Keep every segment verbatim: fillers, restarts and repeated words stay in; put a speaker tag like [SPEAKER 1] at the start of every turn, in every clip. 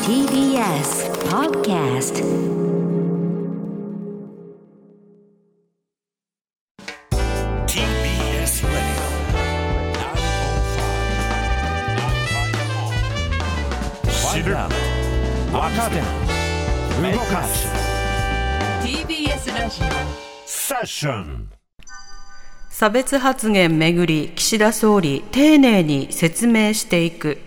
[SPEAKER 1] ティービーエス Podcast
[SPEAKER 2] 知る、若手、動かす
[SPEAKER 3] ティービーエス ラジオ
[SPEAKER 2] セッション。
[SPEAKER 4] 差別発言めぐり岸田総理丁寧に説明していく。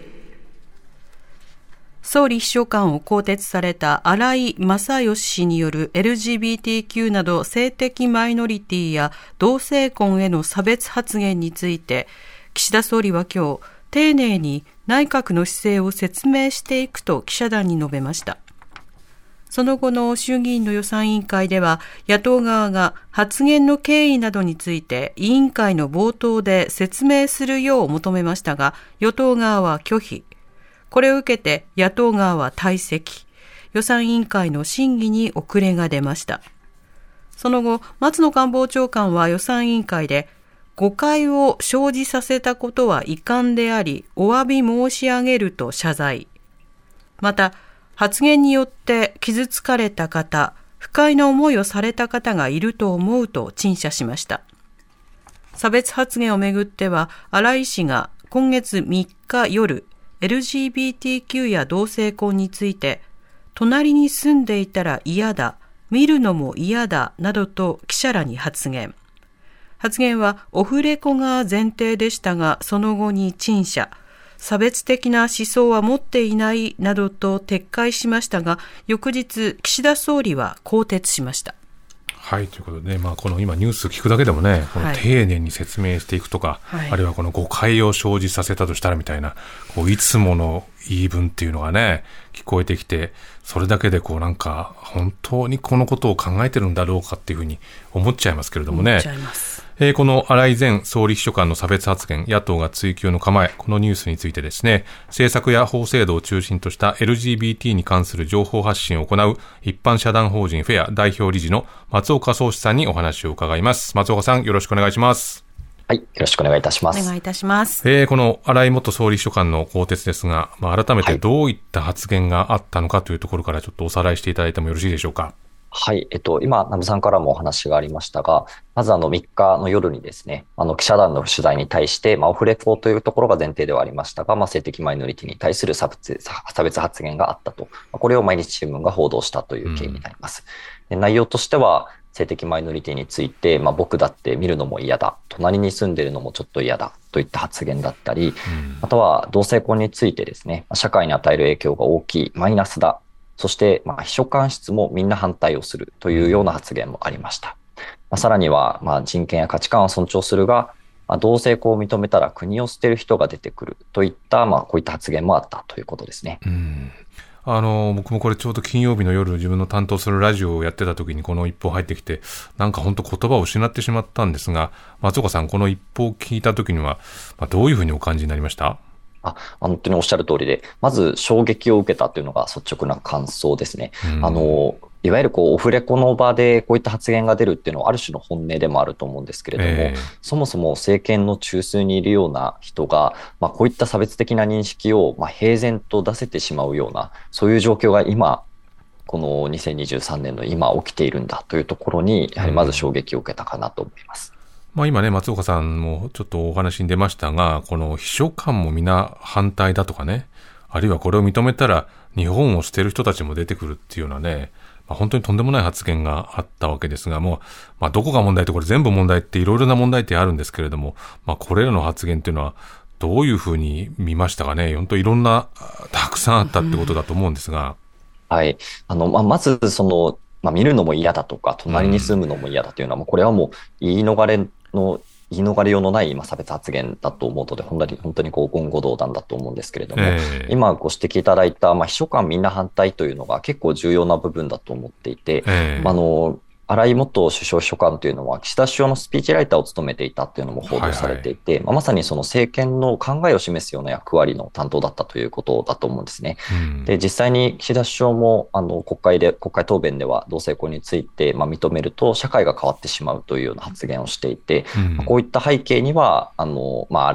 [SPEAKER 4] 総理秘書官を更迭された荒井勝喜氏による エルジービーティーキュー など性的マイノリティや同性婚への差別発言について、岸田総理は今日丁寧に内閣の姿勢を説明していくと記者団に述べました。その後の衆議院の予算委員会では、野党側が発言の経緯などについて委員会の冒頭で説明するよう求めましたが、与党側は拒否。これを受けて野党側は退席。予算委員会の審議に遅れが出ました。その後、松野官房長官は予算委員会で、誤解を生じさせたことは遺憾であり、お詫び申し上げると謝罪。また、発言によって傷つかれた方、不快な思いをされた方がいると思うと陳謝しました。差別発言をめぐっては、荒井氏が今月みっか夜、エルジービーティーキュー や同性婚について、隣に住んでいたら嫌だ、見るのも嫌だなどと記者らに発言。発言はオフレコが前提でしたが、その後に陳謝。差別的な思想は持っていないなどと撤回しましたが、翌日岸田総理は更迭しました。
[SPEAKER 5] はい、ということで、ね、まあ、この今ニュース聞くだけでもね、この丁寧に説明していくとか、はい、あるいはこの誤解を生じさせたとしたらみたいな、こういつもの言い分っていうのがね、聞こえてきて、それだけでこうなんか本当にこのことを考えてるんだろうかっていうふうに思っちゃいますけれどもね。
[SPEAKER 4] 思っちゃいます。
[SPEAKER 5] えー、この荒井前総理秘書官の差別発言、野党が追及の構え、このニュースについてですね、政策や法制度を中心とした エルジービーティー に関する情報発信を行う一般社団法人フェア代表理事の松岡宗嗣さんにお話を伺います。松岡さん、よろしくお願いします。
[SPEAKER 6] はい、よろしくお願いいたします。
[SPEAKER 4] お願いいたします。
[SPEAKER 5] えー、この荒井元総理秘書官の更迭ですが、まあ、改めてどういった発言があったのかというところからちょっとおさらいしていただいてもよろしいでしょうか。
[SPEAKER 6] はい、えっと、今、南部さんからもお話がありましたが、まずあのみっかの夜にですね、あの記者団の取材に対して、まあ、オフレコというところが前提ではありましたが、まあ、性的マイノリティに対する差別、差別発言があったと、これを毎日新聞が報道したという経緯になります。うん、で内容としては、性的マイノリティについて、まあ、僕だって見るのも嫌だ、隣に住んでいるのもちょっと嫌だといった発言だったり、うん、または同性婚についてですね、社会に与える影響が大きい、マイナスだ。そして、まあ、秘書官室もみんな反対をするというような発言もありました。まあ、さらには、まあ、人権や価値観を尊重するが、まあ、同性婚を認めたら国を捨てる人が出てくるといった、まあ、こういった発言もあったということですね。
[SPEAKER 5] うんあの僕もこれちょうど金曜日の夜自分の担当するラジオをやってた時にこの一報入ってきて、なんか本当言葉を失ってしまったんですが、松岡さん、この一報を聞いた時には、まあ、どういうふうにお感じになりました？
[SPEAKER 6] あ、本当におっしゃる通りで、まず衝撃を受けたというのが率直な感想ですね。うん、あの、いわゆるこうオフレコの場でこういった発言が出るっていうのはある種の本音でもあると思うんですけれども、えー、そもそも政権の中枢にいるような人が、まあ、こういった差別的な認識をまあ平然と出せてしまうような、そういう状況が今、このにせんにじゅうさんねんの今起きているんだというところに、やはりまず衝撃を受けたかなと思います。うん
[SPEAKER 5] まあ、今ね、松岡さんもちょっとお話に出ましたが、この秘書官も皆反対だとかね、あるいはこれを認めたら日本を捨てる人たちも出てくるっていうようなね、まあ、本当にとんでもない発言があったわけですが、もう、まあ、どこが問題ってこれ全部問題っていろいろな問題点あるんですけれども、まあ、これらの発言っていうのはどういうふうに見ましたかね。本当いろんな、たくさんあったってことだと思うんですが。
[SPEAKER 6] うん、はい。あの、まあ、まずその、まあ、見るのも嫌だとか、隣に住むのも嫌だというのは、もうこれはもう言い逃れの言い逃れようのない今差別発言だと思うので、本当に本当にこう言語道断だと思うんですけれども、えー、今ご指摘いただいた、まあ、秘書官みんな反対というのが結構重要な部分だと思っていて、えー、あの荒井元首相秘書官というのは岸田首相のスピーチライターを務めていたというのも報道されていて、はいはいまあ、まさにその政権の考えを示すような役割の担当だったということだと思うんですね。うん、で実際に岸田首相もあの国会で国会答弁では同性婚についてまあ認めると社会が変わってしまうというような発言をしていて、うんまあ、こういった背景にはあの、まあ、荒井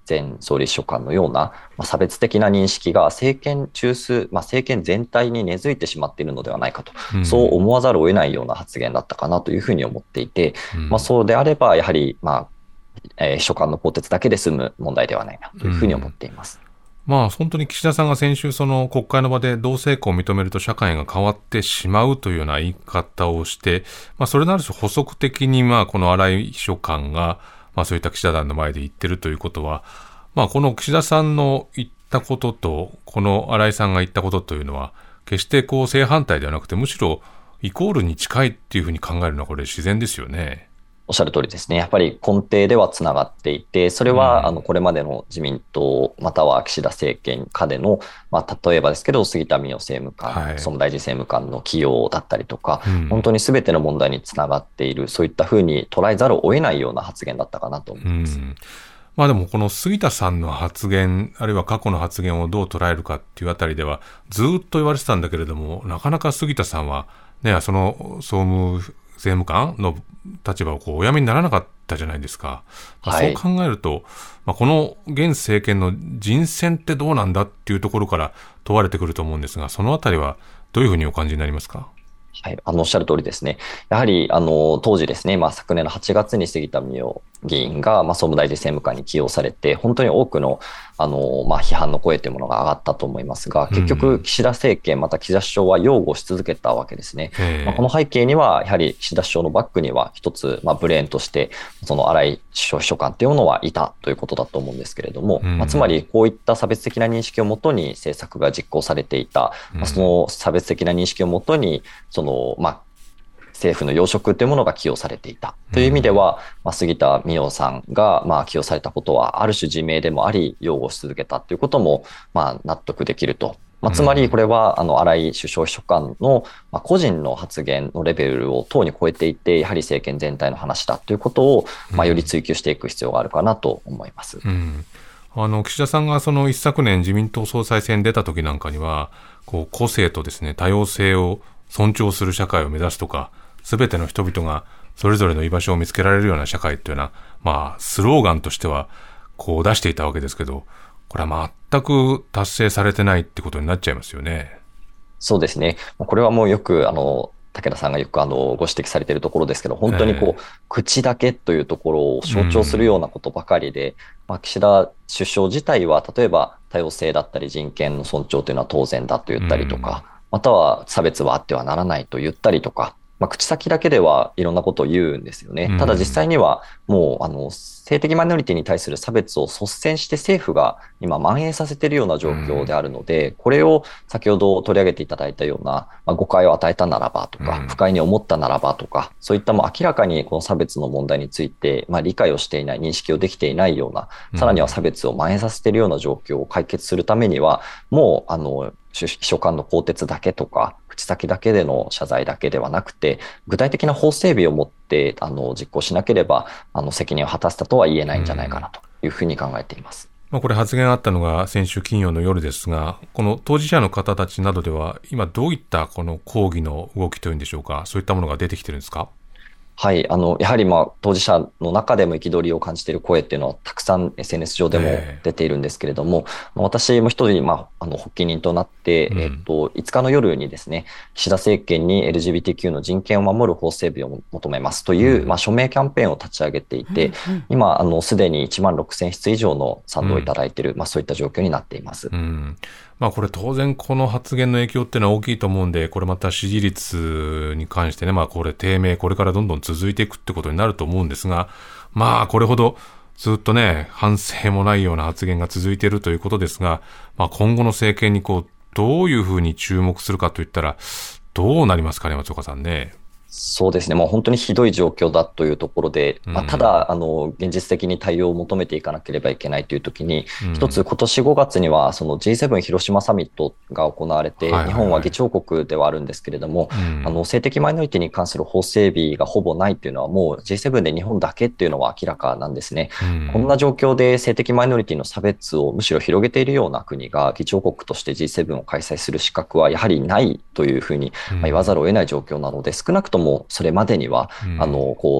[SPEAKER 6] 前総理秘書官のような、まあ、差別的な認識が政権中枢、まあ、政権全体に根付いてしまっているのではないかと、うん、そう思わざるを得ないような発言だったかなというふうに思っていて、うん、まあ、そうであればやはり、まあえー、秘書官の更迭だけで済む問題ではないなというふうに思っています。
[SPEAKER 5] うん、まあ、本当に岸田さんが先週その国会の場で同性婚を認めると社会が変わってしまうというような言い方をして、まあ、それのある種補足的にまあこの荒井秘書官がまあそういった記者団の前で言ってるということは、まあこの岸田さんの言ったこととこの荒井さんが言ったことというのは決してこう正反対ではなくてむしろイコールに近いっていうふうに考えるのはこれ自然ですよね。
[SPEAKER 6] おっしゃる通りですね。やっぱり根底ではつながっていて、それは、うん、あのこれまでの自民党または岸田政権下での、まあ、例えばですけど杉田水脈政務官、はい、総務大臣政務官の起用だったりとか、うん、本当に全ての問題につながっている、そういったふうに捉えざるを得ないような発言だったかなと思います。うん、
[SPEAKER 5] まあでもこの杉田さんの発言あるいは過去の発言をどう捉えるかっていうあたりではずっと言われてたんだけれども、なかなか杉田さんはね、その総務政務官の立場をこうお辞めにならなかったじゃないですか。まあ、そう考えると、はい、まあ、この現政権の人選ってどうなんだっていうところから問われてくると思うんですが、そのあたりはどういうふうにお感じになりますか？
[SPEAKER 6] はい、あのおっしゃる通りですね。やはりあの当時ですね、まあ、昨年のはちがつに杉田水脈議員が、まあ、総務大臣政務官に起用されて、本当に多くの、あの、まあ、批判の声というものが上がったと思いますが、結局、岸田政権、また岸田首相は擁護し続けたわけですね。まあ、この背景には、やはり岸田首相のバックには、一つ、まあ、ブレーンとして、その荒井首相秘書官というものはいたということだと思うんですけれども、まあ、つまり、こういった差別的な認識をもとに政策が実行されていた、まあ、その差別的な認識をもとに、その、まあ、政府の要職というものが起用されていたという意味では、まあ、杉田水脈さんがまあ起用されたことはある種自明でもあり擁護し続けたということもまあ納得できると、まあ、つまりこれはあの荒井首相秘書官のまあ個人の発言のレベルをとうに超えていて、やはり政権全体の話だということをまあより追求していく必要があるかなと思います。
[SPEAKER 5] うん、あの岸田さんがその一昨年自民党総裁選に出た時なんかにはこう個性とですね多様性を尊重する社会を目指すとか、すべての人々がそれぞれの居場所を見つけられるような社会というような、まあ、スローガンとしてはこう出していたわけですけど、これは全く達成されてないってことになっちゃいますよね。
[SPEAKER 6] そうですね。これはもうよくあの武田さんがよくあのご指摘されているところですけど、本当にこう、えー、口だけというところを象徴するようなことばかりで、うん、まあ、岸田首相自体は例えば多様性だったり人権の尊重というのは当然だと言ったりとか、うん、または差別はあってはならないと言ったりとか、まあ、口先だけではいろんなことを言うんですよね。ただ実際にはもうあの性的マイノリティに対する差別を率先して政府が今蔓延させているような状況であるので、これを先ほど取り上げていただいたような、まあ、誤解を与えたならばとか、不快に思ったならばとか、そういったもう明らかにこの差別の問題について、まあ、理解をしていない、認識をできていないような、さらには差別を蔓延させているような状況を解決するためには、もうあの秘書官の更迭だけとか、口先だけでの謝罪だけではなくて、具体的な法整備を持ってあの実行しなければあの責任を果たしたとは言えないんじゃないかなというふうに考えています。
[SPEAKER 5] まあ、これ発言あったのが先週金曜の夜ですが、この当事者の方たちなどでは今どういったこの抗議の動きというんでしょうか、そういったものが出てきてるんですか？
[SPEAKER 6] はい、あのやはりまあ当事者の中でも憤りを感じている声っていうのはたくさん エスエヌエス 上でも出ているんですけれども、えー、私も一人、まあ、あの発起人となって、うん、えー、といつかの夜にですね、岸田政権に エルジービーティーキュー の人権を守る法整備を求めますという、うん、まあ、署名キャンペーンを立ち上げていて、うん、今あのすでにいちまんろくせんひつ以上の賛同をいただいている、うん、まあ、そういった状況になっています。
[SPEAKER 5] うん、まあ、これ当然この発言の影響っていうのは大きいと思うんで、これまた支持率に関してね、まあ、これ低迷、これからどんどん続いていくってことになると思うんですが、まあこれほどずっとね反省もないような発言が続いているということですが、まあ、今後の政権にこうどういうふうに注目するかといったらどうなりますかね、松岡さんね。
[SPEAKER 6] そうですね、もう本当にひどい状況だというところで、まあ、ただあの現実的に対応を求めていかなければいけないというときに、うん、一つ今年ごがつにはその ジーセブン 広島サミットが行われて、はいはいはい、日本は議長国ではあるんですけれども、うん、あの性的マイノリティに関する法整備がほぼないというのはもう ジーセブン で日本だけっていうのは明らかなんですね、うん、こんな状況で性的マイノリティの差別をむしろ広げているような国が議長国として ジーセブン を開催する資格はやはりないというふうに、まあ、言わざるを得ない状況なので、少なくともそれまでには、うん、あのこう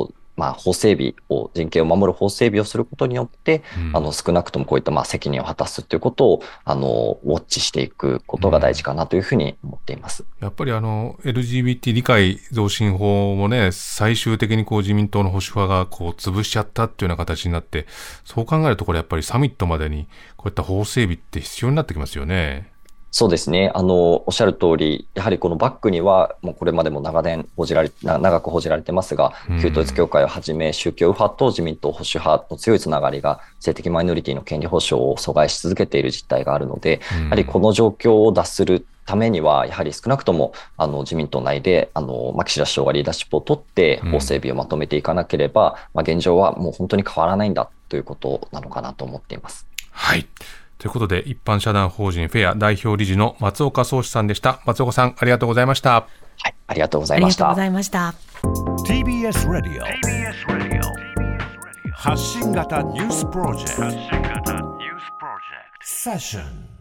[SPEAKER 6] まあ、法整備を、人権を守る法整備をすることによって、
[SPEAKER 5] うん、
[SPEAKER 6] あの、少なくともこういったまあ責任を果たすということを、あの、ウォッチしていくことが大事かなというふうに思っています。
[SPEAKER 5] うん、やっぱりあの、エルジービーティー 理解増進法もね、最終的にこう自民党の保守派がこう潰しちゃったっていうような形になって、そう考えるとこれやっぱりサミットまでにこういった法整備って必要になってきますよね。
[SPEAKER 6] そうですね。あの、おっしゃる通り、やはりこのバックには、もうこれまでも長年報じられ、長く報じられてますが、旧統一教会をはじめ、宗教右派と自民党保守派の強いつながりが、性的マイノリティの権利保障を阻害し続けている実態があるので、やはりこの状況を脱するためには、やはり少なくとも、あの、自民党内で、あの、まあ、岸田首相がリーダーシップを取って、法整備をまとめていかなければ、まあ、現状はもう本当に変わらないんだということなのかなと思っています。
[SPEAKER 5] はい。ということで、一般社団法人フェア代表理事の松岡宗嗣さんでした。松岡さん、ありがとうございました。
[SPEAKER 6] はい、ありがとうございました。
[SPEAKER 4] ありがとうございました。
[SPEAKER 2] ティービーエス Radio 発信型ニュースプロジェクトセッション